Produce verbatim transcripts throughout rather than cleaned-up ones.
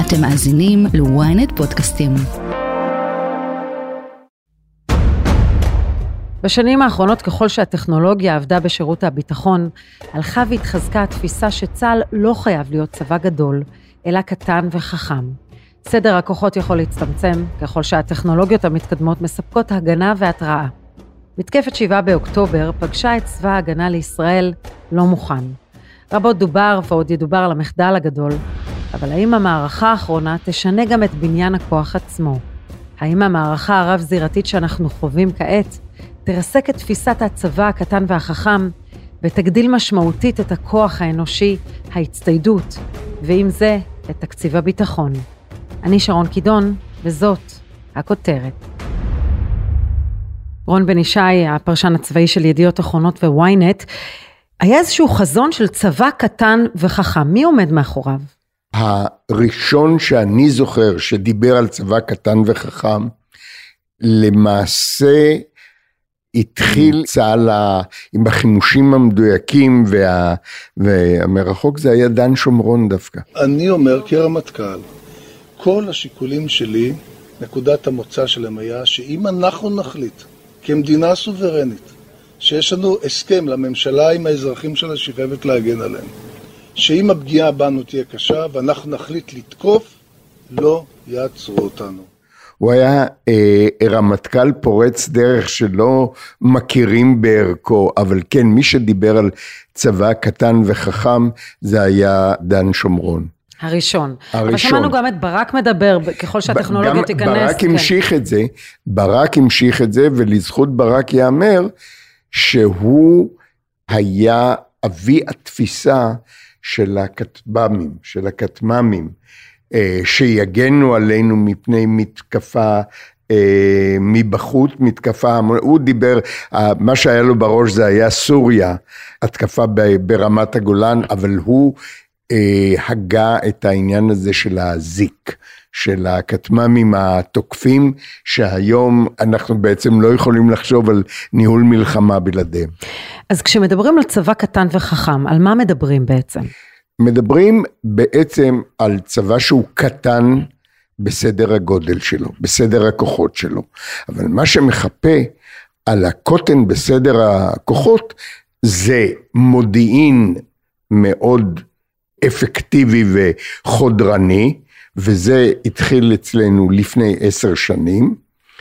אתם מאזינים ל-ynet פודקאסטים. בשנים האחרונות, ככל שהטכנולוגיה עבדה בשירות הביטחון, הלכה והתחזקה התפיסה שצה"ל לא חייב להיות צבא גדול, אלא קטן וחכם. סדר הכוחות יכול להצטמצם, ככל שהטכנולוגיות המתקדמות מספקות הגנה והתראה. מתקפת שבעה באוקטובר פגשה את צבא ההגנה לישראל לא מוכן. רבות דובר ועוד ידובר על המחדל הגדול, אבל האם המערכה האחרונה תשנה גם את בניין הכוח עצמו? האם המערכה הרב-זירתית שאנחנו חווים כעת תרסק את תפיסת הצבא הקטן והחכם ותגדיל משמעותית את הכוח האנושי, ההצטיידות, ועם זה את תקציב הביטחון? אני שרון קידון, וזאת הכותרת. רון בן ישי, הפרשן הצבאי של ידיעות אחרונות ו-ynet, היה איזשהו חזון של צבא קטן וחכם. מי עומד מאחוריו? הראשון שאני זוכר שדיבר על צבא קטן וחכם, למעשה התחיל צה"ל עם החימושים המדויקים וה, והמרחוק, זה היה דן שומרון דווקא. אני אומר כרמטכ"ל, כל השיקולים שלי, נקודת המוצא שלהם היה שאם אנחנו נחליט כמדינה סוברנית, שיש לנו הסכם לממשלה עם האזרחים שלה שחייבת להגן עליהם, שאם הפגיעה בנו תהיה קשה ואנחנו נחליט לתקוף, לא יעצרו אותנו. הוא היה אה, רמטכ"ל פורץ דרך שלא מכירים בערכו, אבל כן, מי שדיבר על צבא קטן וחכם, זה היה דן שומרון. הראשון. הראשון. אבל שמענו גם את ברק מדבר, ככל שהטכנולוגיה ב- תיכנס. ברק כן. המשיך את זה, ברק המשיך את זה, ולזכות ברק יאמר, שהוא היה אבי התפיסה של הכטב"מים, של הכטמ"מים, שיגנו עלינו מפני מתקפה מבחוץ, מתקפה, הוא דיבר, מה שהיה לו בראש זה היה סוריה, התקפה ברמת הגולן, אבל הוא הגה את העניין הזה של הזיק, של הכטמ"מים התוקפים, שהיום אנחנו בעצם לא יכולים לחשוב על ניהול מלחמה בלעדיהם. אז כשמדברים על צבא קטן וחכם, על מה מדברים בעצם? מדברים בעצם על צבא שהוא קטן בסדר הגודל שלו, בסדר הכוחות שלו, אבל מה שמחפה על הקוטן בסדר הכוחות, זה מודיעין מאוד אפקטיבי וחודרני, וזה התחיל אצלנו לפני עשר שנים,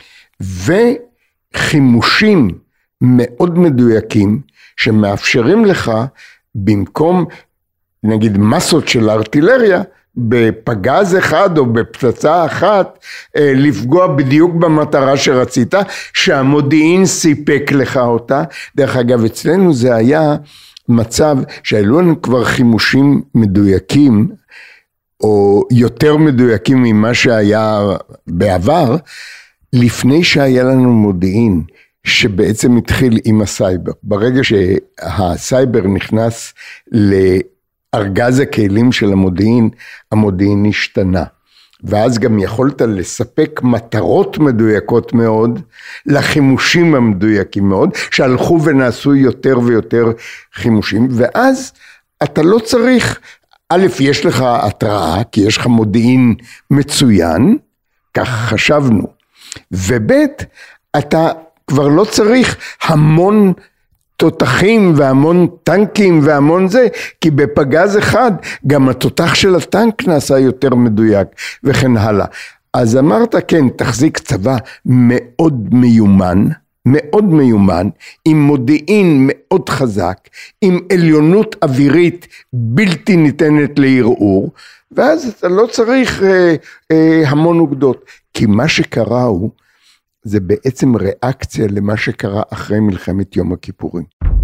וחימושים מאוד מדויקים, שמאפשרים לך, במקום, נגיד, מסות של ארטילריה, בפגז אחד או בפצצה אחת, לפגוע בדיוק במטרה שרצית, שהמודיעין סיפק לך אותה. דרך אגב, אצלנו זה היה מצב שהיו לנו כבר חימושים מדויקים, או יותר מדויקים ממה שהיה בעבר, לפני שהיה לנו מודיעין, שבעצם התחיל עם הסייבר. ברגע שהסייבר נכנס לארגז הכלים של המודיעין, המודיעין השתנה. ואז גם יכולת לספק מטרות מדויקות מאוד, לחימושים המדויקים מאוד, שהלכו ונעשו יותר ויותר חימושים, ואז אתה לא צריך, א', יש לך התראה, כי יש לך מודיעין מצוין, כך חשבנו, וב', אתה כבר לא צריך המון תותחים והמון טנקים והמון זה, כי בפגז אחד גם התותח של הטנק נעשה יותר מדויק וכן הלאה. אז אמרת כן, תחזיק צבא מאוד מיומן, מאוד מיומן, עם מודיעין מאוד חזק, עם עליונות אווירית בלתי ניתנת לערעור, ואז אתה לא צריך אה, אה, המון אוגדות, כי מה שקרה הוא, זה בעצם ריאקציה למה שקרה אחרי מלחמת יום הכיפורים.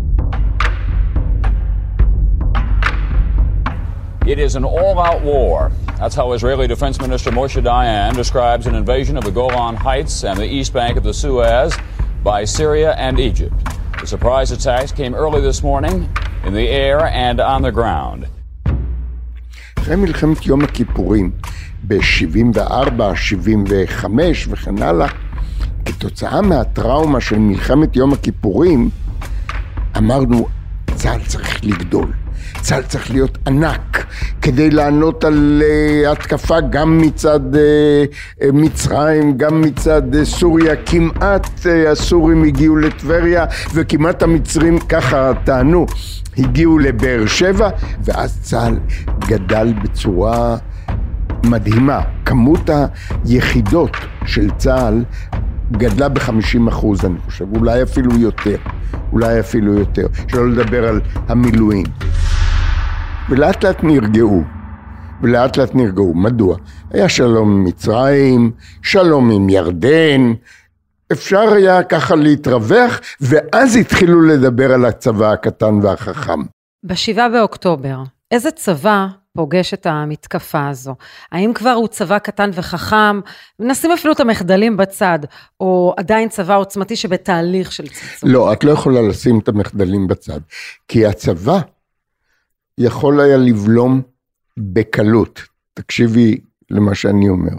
It is an all-out war. That's how Israeli Defense Minister Moshe Dayan describes an invasion of the Golan Heights and the east bank of the Suez by Syria and Egypt. The surprise attacks came early this morning in the air and on the ground. אחרי מלחמת יום הכיפורים, ב-שבעים וארבע, שבעים וחמש וכן הלאה, כתוצאה מהטראומה של מלחמת יום הכיפורים, אמרנו, צה"ל צריך לגדול. צה"ל צריך להיות ענק, כדי לענות על uh, התקפה גם מצד uh, uh, מצרים, גם מצד uh, סוריה, כמעט uh, הסורים הגיעו לטבריה, וכמעט המצרים, ככה טענו, הגיעו לבאר שבע, ואז צה"ל גדל בצורה מדהימה. כמות היחידות של צה"ל גדלה ב-חמישים אחוז, אני חושב, אולי אפילו יותר, אולי אפילו יותר, שלא לדבר על המילואים. ולאט לאט נרגעו, ולאט לאט נרגעו. מדוע? היה שלום עם מצרים, שלום עם ירדן, אפשר היה ככה להתרווח, ואז התחילו לדבר על הצבא הקטן והחכם. בשבעה באוקטובר, איזה צבא פוגש את המתקפה הזו? האם כבר הוא צבא קטן וחכם? נשים אפילו את המחדלים בצד, או עדיין צבא עוצמתי שבתהליך של צמצום? לא, את לא יכולה לשים את המחדלים בצד, כי הצבא יכול היה לבלום בקלות. תקשיבי למה שאני אומר.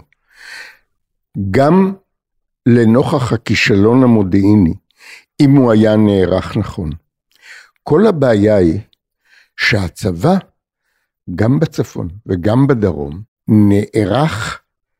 גם לנוכח הכישלון המודיעיני, אם הוא היה נערך נכון. כל הבעיה היא שהצבא, גם בצפון וגם בדרום, נערך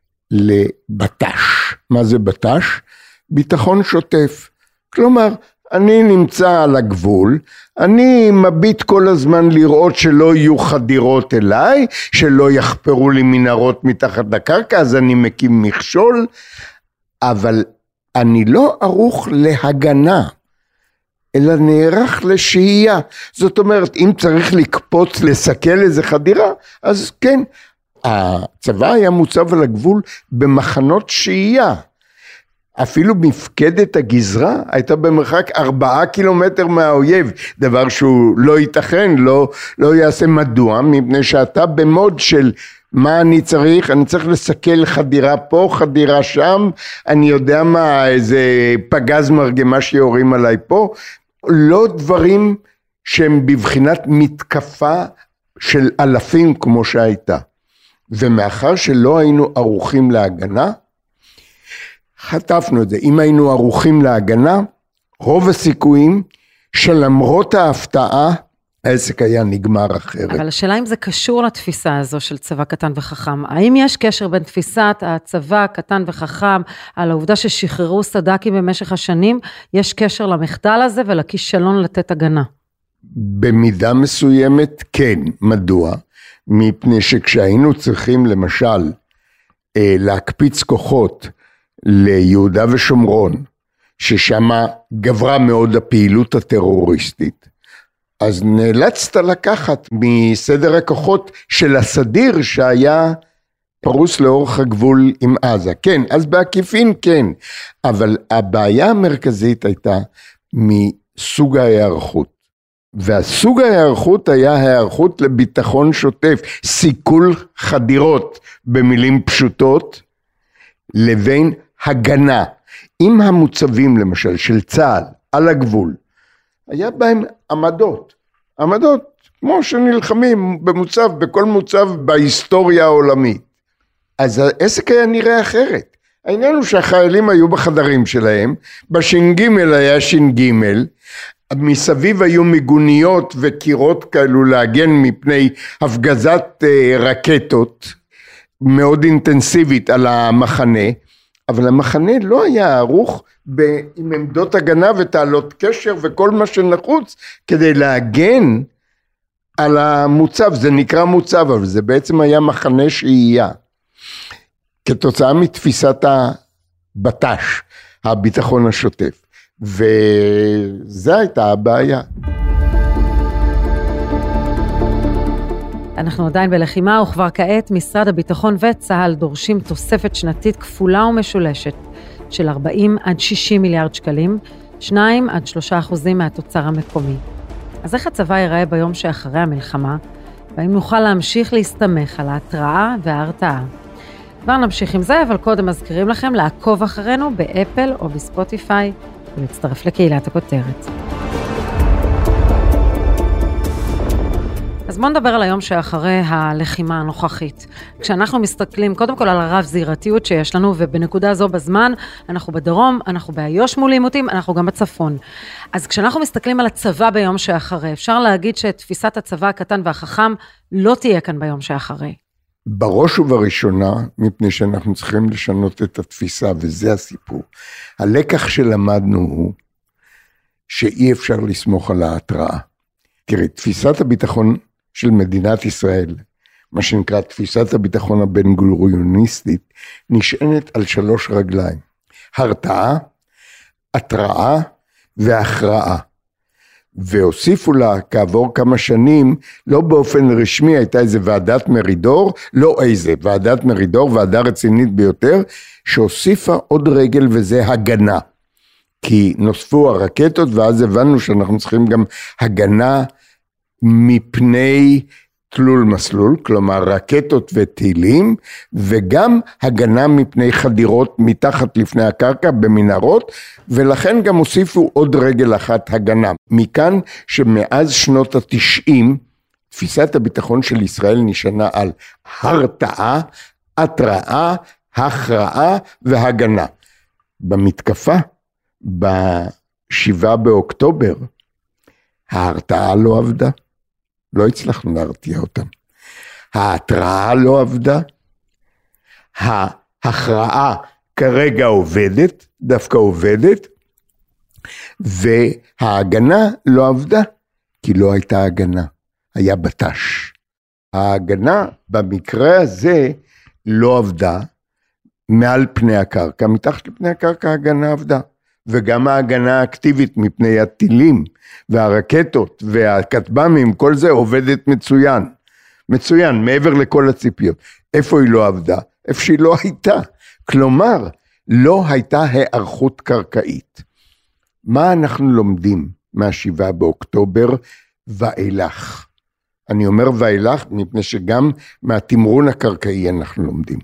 לבטש. מה זה בטש? ביטחון שוטף. כלומר, אני נמצא על הגבול, אני מביט כל הזמן לראות שלא יהיו חדירות אליי, שלא יחפרו לי מנהרות מתחת לקרקע, אז אני מקים מכשול, אבל אני לא ערוך להגנה, אלא נערך לשהייה. זאת אומרת, אם צריך לקפוץ, לסכל איזה חדירה, אז כן, הצבא היה מוצב על הגבול במחנות שהייה. אפילו מפקדת הגזרה הייתה במרחק ארבעה קילומטר מהאויב, דבר שהוא לא ייתכן, לא, לא יעשה. מדוע? מפני שאתה במוד של מה אני צריך? אני צריך לסכל חדירה פה, חדירה שם, אני יודע מה, איזה פגז מרגמה שיורים עליי פה, לא דברים שהם בבחינת מתקפה של אלפים כמו שהייתה. ומאחר שלא היינו ערוכים להגנה, חטפנו את זה. אם היינו ערוכים להגנה, רוב הסיכויים שלמרות ההפתעה, העסק היה נגמר אחרת. אבל השאלה אם זה קשור לתפיסה הזו של צבא קטן וחכם. האם יש קשר בין תפיסת הצבא קטן וחכם, על העובדה ששחררו סדקים במשך השנים, יש קשר למחדל הזה ולכישלון לתת הגנה? במידה מסוימת כן. מדוע? מפני שכשהיינו צריכים למשל להקפיץ כוחות ליהודה ושומרון, ששם גברה מאוד הפעילות הטרוריסטית, אז נאלצת לקחת מסדר הכוחות של הסדיר שהיה פרוס לאורך הגבול עם עזה. כן, אז בעקיפין כן, אבל הבעיה המרכזית הייתה מסוג ההיערכות. והסוג ההיערכות היה היערכות לביטחון שוטף, סיכול חדירות במילים פשוטות, לבין הגנה. אם המוצבים למשל של צה"ל על הגבול, היה בהם עמדות, עמדות כמו שנלחמים במוצב, בכל מוצב בהיסטוריה העולמית. אז העסק היה נראה אחרת. העניין הוא שהחיילים היו בחדרים שלהם, בש"ג היה ש"ג, מסביב היו מיגוניות וקירות כאלו להגן מפני הפגזת רקטות מאוד אינטנסיבית על המחנה, אבל המחנה לא היה ערוך ב- עם עמדות הגנה ותעלות קשר וכל מה שנחוץ כדי להגן על המוצב. זה נקרא מוצב, אבל זה בעצם היה מחנה שהייה. כתוצאה מתפיסת הבט"ש, הביטחון השוטף. וזה הייתה הבעיה. אנחנו עדיין בלחימה, וכבר כעת משרד הביטחון וצה"ל דורשים תוספת שנתית כפולה ומשולשת של ארבעים עד שישים מיליארד שקלים, שניים עד שלושה אחוזים מהתוצר המקומי. אז איך הצבא ייראה ביום שאחרי המלחמה, והאם נוכל להמשיך להסתמך על ההתראה וההרתעה? כבר נמשיך עם זה, אבל קודם מזכירים לכם לעקוב אחרינו באפל או בספוטיפיי, ולהצטרף לקהילת הכותרת. אז בואו נדבר על היום שאחרי הלחימה הנוכחית. כשאנחנו מסתכלים קודם כל על הרב זירתיות שיש לנו, ובנקודה זו בזמן, אנחנו בדרום, אנחנו באיו"ש מול עימותים, אנחנו גם בצפון. אז כשאנחנו מסתכלים על הצבא ביום שאחרי, אפשר להגיד שתפיסת הצבא הקטן והחכם לא תהיה כאן ביום שאחרי. בראש ובראשונה, מפני שאנחנו צריכים לשנות את התפיסה, וזה הסיפור. הלקח שלמדנו הוא שאי אפשר לסמוך על ההתראה. תראי, תפיסת הביטחון של מדינת ישראל, מה שנקרא תפיסת הביטחון הבן-גוריוניסטית, נשענת על שלוש רגליים. הרתעה, התראה והכרעה. והוסיפו לה כעבור כמה שנים, לא באופן רשמי, הייתה איזה ועדת מרידור, לא איזה, ועדת מרידור, ועדה רצינית ביותר, שהוסיפה עוד רגל וזה הגנה. כי נוספו הרקטות, ואז הבנו שאנחנו צריכים גם הגנה מפני תלול מסלול, כלומר רקטות וטילים, וגם הגנה מפני חדירות מתחת לפני הקרקע במנהרות, ולכן גם הוסיפו עוד רגל אחת הגנה. מכאן שמאז שנות התשעים, תפיסת הביטחון של ישראל נשענה על הרתעה, התראה, הכרעה והגנה. במתקפה, בשבעה באוקטובר, ההרתעה לא עבדה. לא הצלחנו להרתיע אותם. ההתראה לא עבדה, ההכרעה כרגע עובדת, דווקא עובדת, וההגנה לא עבדה, כי לא הייתה הגנה, היה בטש. ההגנה במקרה הזה לא עבדה מעל פני הקרקע, מתחת לפני הקרקע ההגנה עבדה. וגם ההגנה האקטיבית מפני הטילים והרקטות והכטב"מים, כל זה עובדת מצוין, מצוין, מעבר לכל הציפיות. איפה היא לא עבדה? איפה שהיא לא הייתה. כלומר, לא הייתה הערכות קרקעית. מה אנחנו לומדים מהשבעה באוקטובר ואילך? אני אומר ואילך, מפני שגם מהתמרון הקרקעי אנחנו לומדים.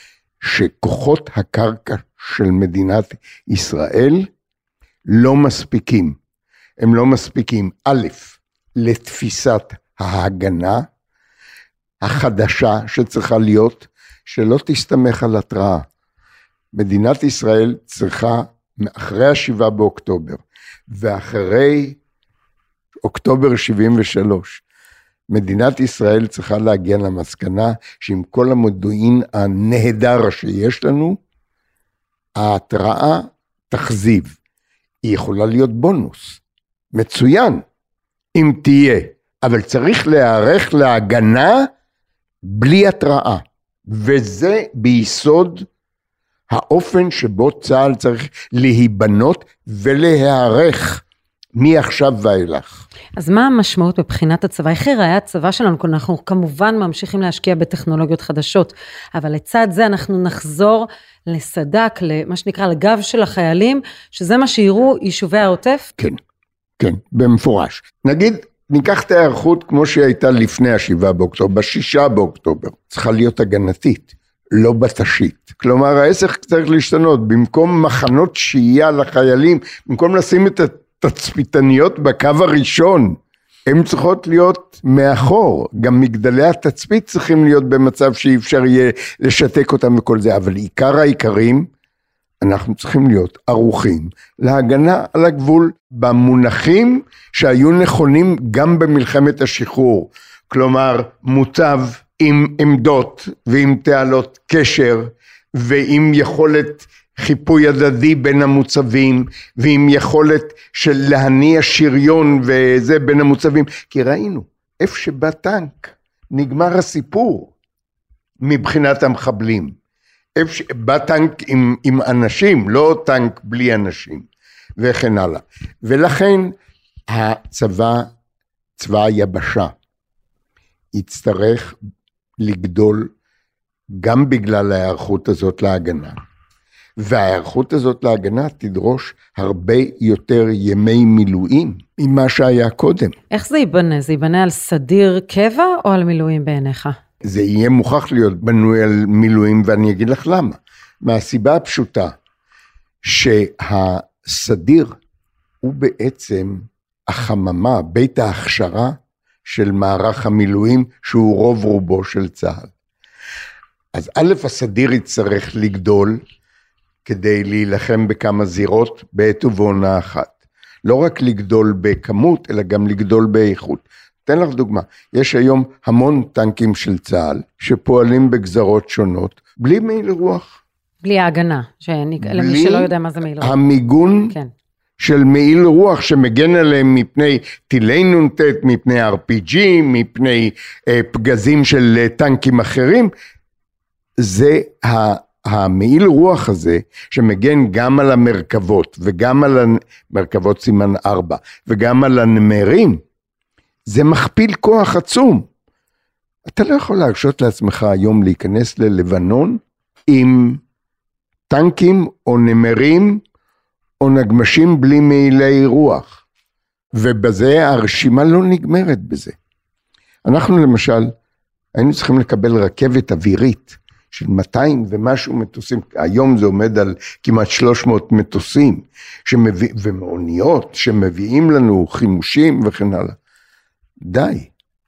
שכוחות הקרקע של מדינת ישראל לא מספיקים. הם לא מספיקים, א', לתפיסת ההגנה החדשה שצריכה להיות, שלא תסתמך על התראה. מדינת ישראל צריכה, אחרי השבעה באוקטובר, ואחרי אוקטובר שבעים ושלוש, מדינת ישראל צריכה להגיע למסקנה, שעם כל המודיעין הנהדר שיש לנו, ההתראה תחזיב. היא יכולה להיות בונוס, מצוין, אם תהיה, אבל צריך להיערך להגנה בלי התראה, וזה ביסוד האופן שבו צה"ל צריך להיבנות ולהיערך מעכשיו ואילך. אז מה המשמעות מבחינת הצבא? איך יראה הצבא שלנו? אנחנו כמובן ממשיכים להשקיע בטכנולוגיות חדשות, אבל לצד זה אנחנו נחזור לסדק, למה שנקרא לגב של החיילים, שזה מה שיראו יישובי העוטף? כן, כן, במפורש. נגיד, ניקח את ההיערכות כמו שהייתה לפני השבעה באוקטובר, בשישה באוקטובר, צריכה להיות הגנתית, לא בתשית. כלומר, העסק צריך להשתנות, במקום מחנות שהייה לחיילים, במקום לשים את התצפיתניות בקו הראשון, הן צריכות להיות מאחור, גם מגדלי התצפית צריכים להיות במצב שאי אפשר יהיה לשתק אותם וכל זה, אבל עיקר העיקרים, אנחנו צריכים להיות ערוכים להגנה על הגבול, במונחים שהיו נכונים גם במלחמת השחרור, כלומר מוצב עם עמדות ועם תעלות קשר, ועם יכולת חיפוי הדדי בין המוצבים, ועם יכולת של להניע שריון וזה בין המוצבים, כי ראינו, איפה שבא טנק, נגמר הסיפור מבחינת המחבלים, איפה שבא טנק עם, עם אנשים, לא טנק בלי אנשים, וכן הלאה. ולכן הצבא, צבא היבשה, יצטרך לגדול גם בגלל ההיערכות הזאת להגנה, וההיערכות הזאת להגנה תדרוש הרבה יותר ימי מילואים ממה שהיה קודם. איך זה ייבנה? זה ייבנה על סדיר קבע או על מילואים בעיניך? זה יהיה מוכרח להיות בנוי על מילואים, ואני אגיד לך למה. מהסיבה הפשוטה, שהסדיר הוא בעצם החממה, בית ההכשרה של מערך המילואים, שהוא רוב רובו של צה"ל. אז א', הסדיר יצטרך לגדול, כדי להילחם בכמה זירות, בעת ובעונה אחת. לא רק לגדול בכמות, אלא גם לגדול באיכות. אתן לך דוגמה, יש היום המון טנקים של צה"ל, שפועלים בגזרות שונות, בלי מעיל רוח. בלי ההגנה, למי שלא יודע מה זה מעיל רוח. המיגון כן. של מעיל רוח, שמגן עליהם מפני טילי נונטט, מפני אר פי ג'י, מפני אה, פגזים של אה, טנקים אחרים, זה ה... המעיל רוח הזה, שמגן גם על המרכבות, וגם על המרכבות סימן ארבע, וגם על הנמרים, זה מכפיל כוח עצום. אתה לא יכול להרשות לעצמך היום להיכנס ללבנון, עם טנקים או נמרים, או נגמשים בלי מעילי רוח. ובזה הרשימה לא נגמרת בזה. אנחנו למשל, היינו צריכים לקבל רכבת אווירית, של מאתיים ומשהו מטוסים, היום זה עומד על כמעט שלוש מאות מטוסים, שמביא, ומעוניות שמביאים לנו חימושים וכן הלאה. די.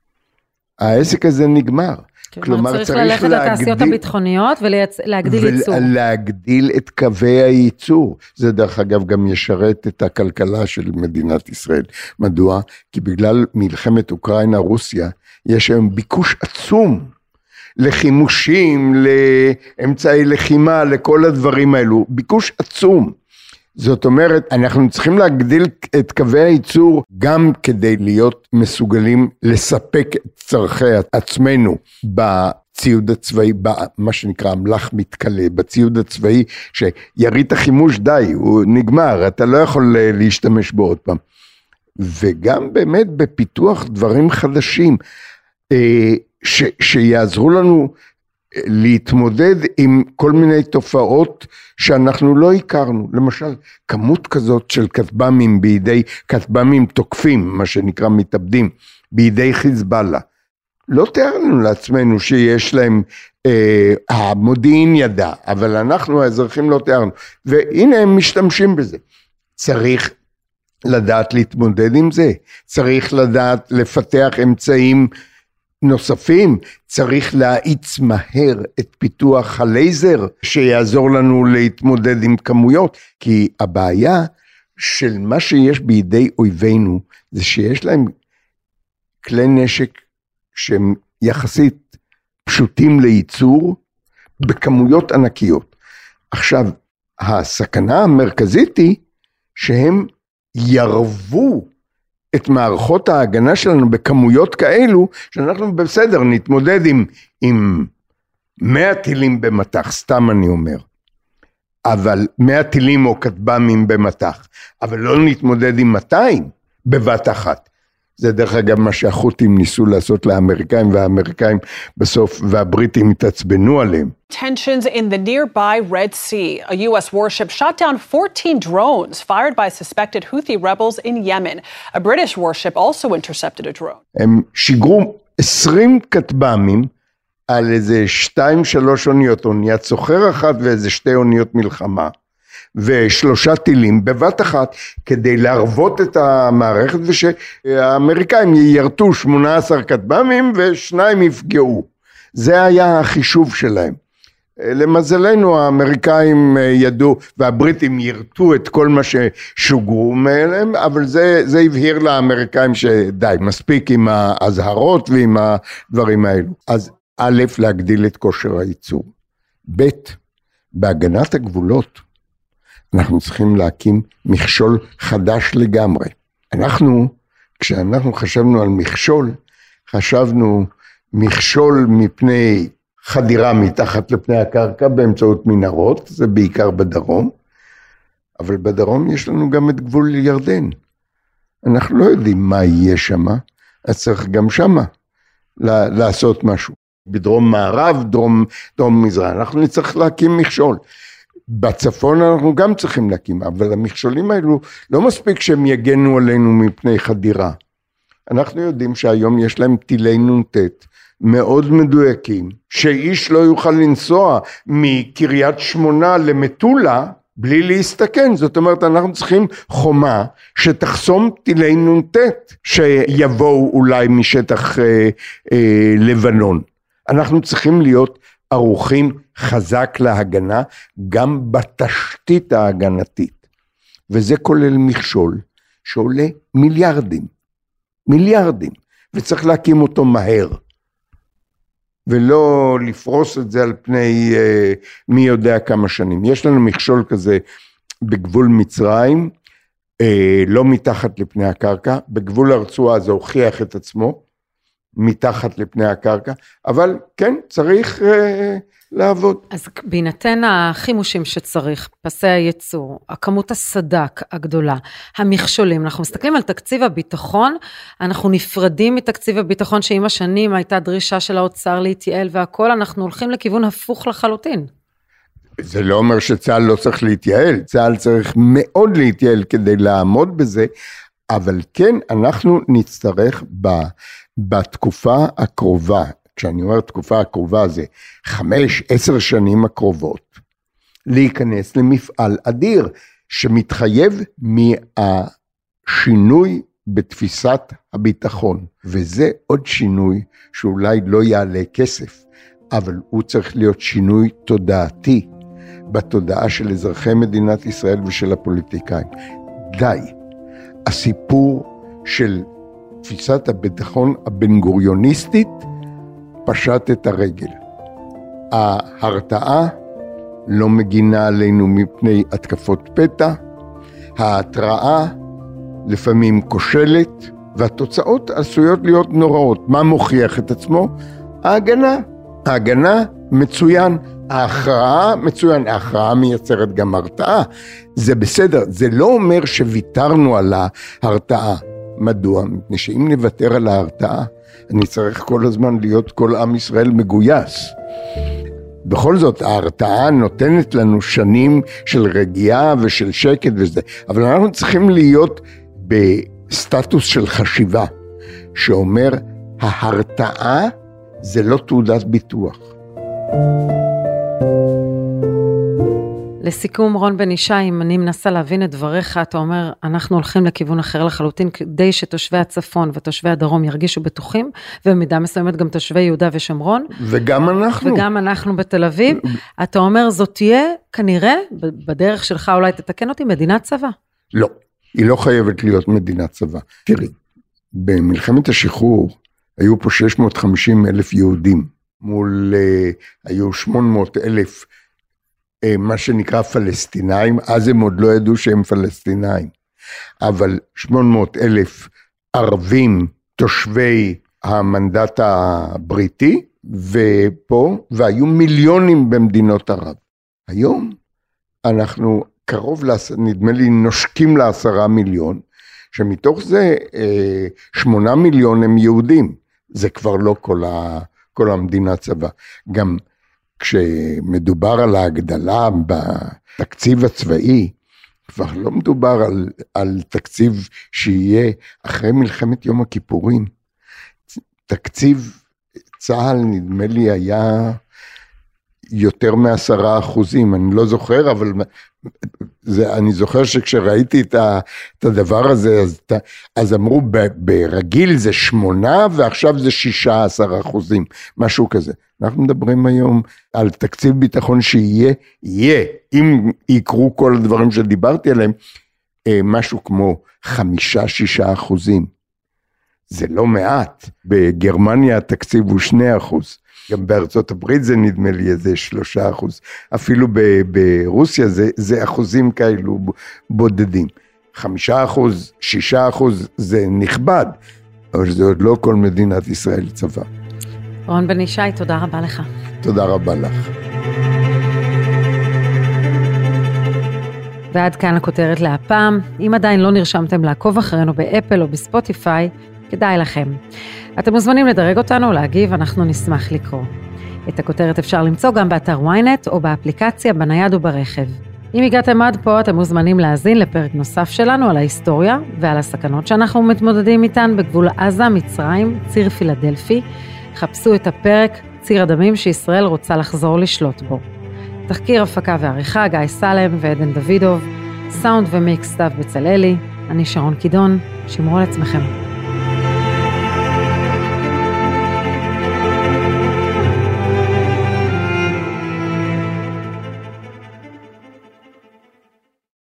העסק הזה נגמר. כלומר, צריך, צריך ללכת לתעשיות הביטחוניות ולהגדיל ייצור. ולהגדיל את קווי הייצור. זה דרך אגב גם ישרת את הכלכלה של מדינת ישראל. מדוע? כי בגלל מלחמת אוקראינה-רוסיה, יש היום ביקוש עצום, לחימושים, לאמצעי לחימה, לכל הדברים האלו, ביקוש עצום. זאת אומרת, אנחנו צריכים להגדיל את קווי הייצור, גם כדי להיות מסוגלים לספק את צרכי עצמנו, בציוד הצבאי, במה שנקרא אמל"ח מתכלה, בציוד הצבאי, שירית החימוש די, הוא נגמר, אתה לא יכול להשתמש בו עוד פעם. וגם באמת בפיתוח דברים חדשים, ש, שיעזרו לנו להתמודד עם כל מיני תופעות שאנחנו לא הכרנו. למשל, כמות כזאת של כטב"מים בידי, כטב"מים תוקפים, מה שנקרא מתאבדים, בידי חיזבאללה. לא תיארנו לעצמנו שיש להם, אה, המודיעין ידע, אבל אנחנו האזרחים לא תיארנו. והנה הם משתמשים בזה. צריך לדעת להתמודד עם זה. צריך לדעת לפתח אמצעים נוספים, צריך להאיץ מהר את פיתוח הלייזר, שיעזור לנו להתמודד עם כמויות, כי הבעיה של מה שיש בידי אויבינו, זה שיש להם כלי נשק, שהם יחסית פשוטים לייצור, בכמויות ענקיות. עכשיו, הסכנה המרכזית היא, שהם ירבו, את מערכות ההגנה שלנו בכמויות כאלו, שאנחנו בסדר נתמודד עם, עם מאה טילים במטח, סתם אני אומר, אבל מאה טילים או כטב"מים במטח, אבל לא נתמודד עם מאתיים בבת אחת. זה דרך אגב מה שהחות'ים ניסו לעשות לאמריקאים, והאמריקאים בסוף והבריטים התעצבנו עליהם. Tensions in the nearby Red Sea. A U S warship shot down fourteen drones fired by suspected Houthi rebels in Yemen. A British warship also intercepted a drone. הם שיגרו עשרים כטב"מים על איזה שתיים שלוש אוניות, אוניית סוחר אחת ואיזה שתי אוניות מלחמה. ושלושה טילים בבת אחת, כדי להרוות את המערכת, ושהאמריקאים יירטו שמונה עשר כטב"מים, ושניים יפגעו. זה היה החישוב שלהם. למזלנו האמריקאים ידעו, והבריטים ירטו את כל מה ששוגרו מהם, אבל זה, זה הבהיר לאמריקאים שדי, מספיק עם ההזהרות ועם הדברים האלו. אז א', להגדיל את כושר הייצור. ב', בהגנת הגבולות, אנחנו צריכים להקים מכשול חדש לגמרי. אנחנו, כשאנחנו חשבנו על מכשול, חשבנו מכשול מפני חדירה מתחת לפני הקרקע באמצעות מנהרות, זה בעיקר בדרום, אבל בדרום יש לנו גם את גבול ירדן. אנחנו לא יודעים מה יהיה שם, אז צריך גם שם לעשות משהו. בדרום מערב, דרום, דרום מזרח, אנחנו נצטרך להקים מכשול. בצפון אנחנו גם צריכים להקים, אבל המכשולים האלו לא מספיק שהם יגנו עלינו מפני חדירה. אנחנו יודעים שהיום יש להם טילי נונטט מאוד מדויקים, שאיש לא יוכל לנסוע מקריית שמונה למטולה בלי להסתכן. זאת אומרת, אנחנו צריכים חומה שתחסום טילי נ"ט שיבואו אולי משטח אה, אה, לבנון. אנחנו צריכים להיות ערוכים חזק להגנה, גם בתשתית ההגנתית. וזה כולל מכשול שעולה מיליארדים, מיליארדים, וצריך להקים אותו מהר. ולא לפרוס את זה על פני אה, מי יודע כמה שנים. יש לנו מכשול כזה בגבול מצרים, אה, לא מתחת לפני הקרקע, בגבול הרצועה זה הוכיח את עצמו, מתחת לפני הקרקע, אבל כן, צריך אה, לעבוד. אז בהינתן החימושים שצריך, פסי הייצור, הכמות הסדק הגדולה, המכשולים, אנחנו מסתכלים על תקציב הביטחון, אנחנו נפרדים מתקציב הביטחון שעם השנים הייתה דרישה של האוצר להתייעל והכל, אנחנו הולכים לכיוון הפוך לחלוטין. זה לא אומר שצה"ל לא צריך להתייעל, צה"ל צריך מאוד להתייעל כדי לעמוד בזה, אבל כן אנחנו נצטרך ב, בתקופה הקרובה, כשאני אומר תקופה הקרובה זה חמש, עשר שנים הקרובות, להיכנס למפעל אדיר, שמתחייב מהשינוי בתפיסת הביטחון, וזה עוד שינוי שאולי לא יעלה כסף, אבל הוא צריך להיות שינוי תודעתי, בתודעה של אזרחי מדינת ישראל ושל הפוליטיקאים. די, הסיפור של תפיסת הביטחון הבן-גוריוניסטית, פשט את הרגל. ההרתעה לא מגינה עלינו מפני התקפות פתע, ההתראה לפעמים כושלת, והתוצאות עשויות להיות נוראות. מה מוכיח את עצמו? ההגנה. ההגנה מצוין, ההכרעה מצוין, ההכרעה מייצרת גם הרתעה. זה בסדר, זה לא אומר שוויתרנו על ההרתעה. מדוע? מפני שאם נוותר על ההרתעה, אני צריך כל הזמן להיות כל עם ישראל מגויס. בכל זאת, ההרתעה נותנת לנו שנים של רגיעה ושל שקט וזה, אבל אנחנו צריכים להיות בסטטוס של חשיבה, שאומר, ההרתעה זה לא תעודת ביטוח. לסיכום, רון בן ישי, אם אני מנסה להבין את דבריך, אתה אומר, אנחנו הולכים לכיוון אחר לחלוטין, כדי שתושבי הצפון ותושבי הדרום ירגישו בטוחים, ובמידה מסוימת גם תושבי יהודה ושומרון. וגם אנחנו. וגם אנחנו בתל אביב. אתה אומר, זאת תהיה, כנראה, בדרך שלך אולי תתקן אותי, מדינת צבא. לא, היא לא חייבת להיות מדינת צבא. תראי, במלחמת השחרור, היו פה שש מאות וחמישים אלף יהודים, מול, היו שמונה מאות אלף מה שנקרא פלסטינאים, אז הם עוד לא ידעו שהם פלסטינאים, אבל שמונה מאות אלף ערבים תושבי המנדט הבריטי, ופה, והיו מיליונים במדינות ערב. היום אנחנו קרוב, נדמה לי, נושקים לעשרה מיליון, שמתוך זה שמונה מיליון הם יהודים, זה כבר לא כל, ה, כל המדינה צבא. גם כשמדובר על ההגדלה בתקציב הצבאי, כבר לא מדובר על, על תקציב שיהיה אחרי מלחמת יום הכיפורים. תקציב צה"ל נדמה לי היה יותר מעשרה אחוזים, אני לא זוכר, אבל זה, אני זוכר שכשראיתי את, ה, את הדבר הזה, אז, אז אמרו ב, ברגיל זה שמונה, ועכשיו זה שישה עשר אחוזים, משהו כזה. אנחנו מדברים היום על תקציב ביטחון שיהיה, יהיה, אם יקרו כל הדברים שדיברתי עליהם, משהו כמו חמישה, שישה אחוזים. זה לא מעט. בגרמניה התקציב הוא שני אחוז. גם בארצות הברית זה נדמה לי איזה שלושה אחוז. אפילו ב- ברוסיה זה, זה אחוזים כאלו בודדים. חמישה אחוז, שישה אחוז זה נכבד, אבל זה עוד לא כל מדינת ישראל צבא. רון בן ישי, תודה רבה לך. תודה רבה לך. ועד כאן הכותרת להפעם. אם עדיין לא נרשמתם לעקוב אחרינו באפל או בספוטיפיי, כדאי לכם. אתם מוזמנים לדרג אותנו או להגיב, אנחנו נשמח לקרוא. את הכותרת אפשר למצוא גם באתר וויינט או באפליקציה, בנייד וברכב. אם הגעתם עד פה, אתם מוזמנים להאזין לפרק נוסף שלנו על ההיסטוריה ועל הסכנות שאנחנו מתמודדים איתן בגבול עזה, מצרים, ציר פילדלפי. חפשו את הפרק ציר הדמים שישראל רוצה לחזור לשלוט בו. תחקיר, הפקה ועריכה, גיא סלם ועדן דוידוב, סאונד ומיקס סתיו בצלאלי, אני שרון קידון, שמרו על עצמכם.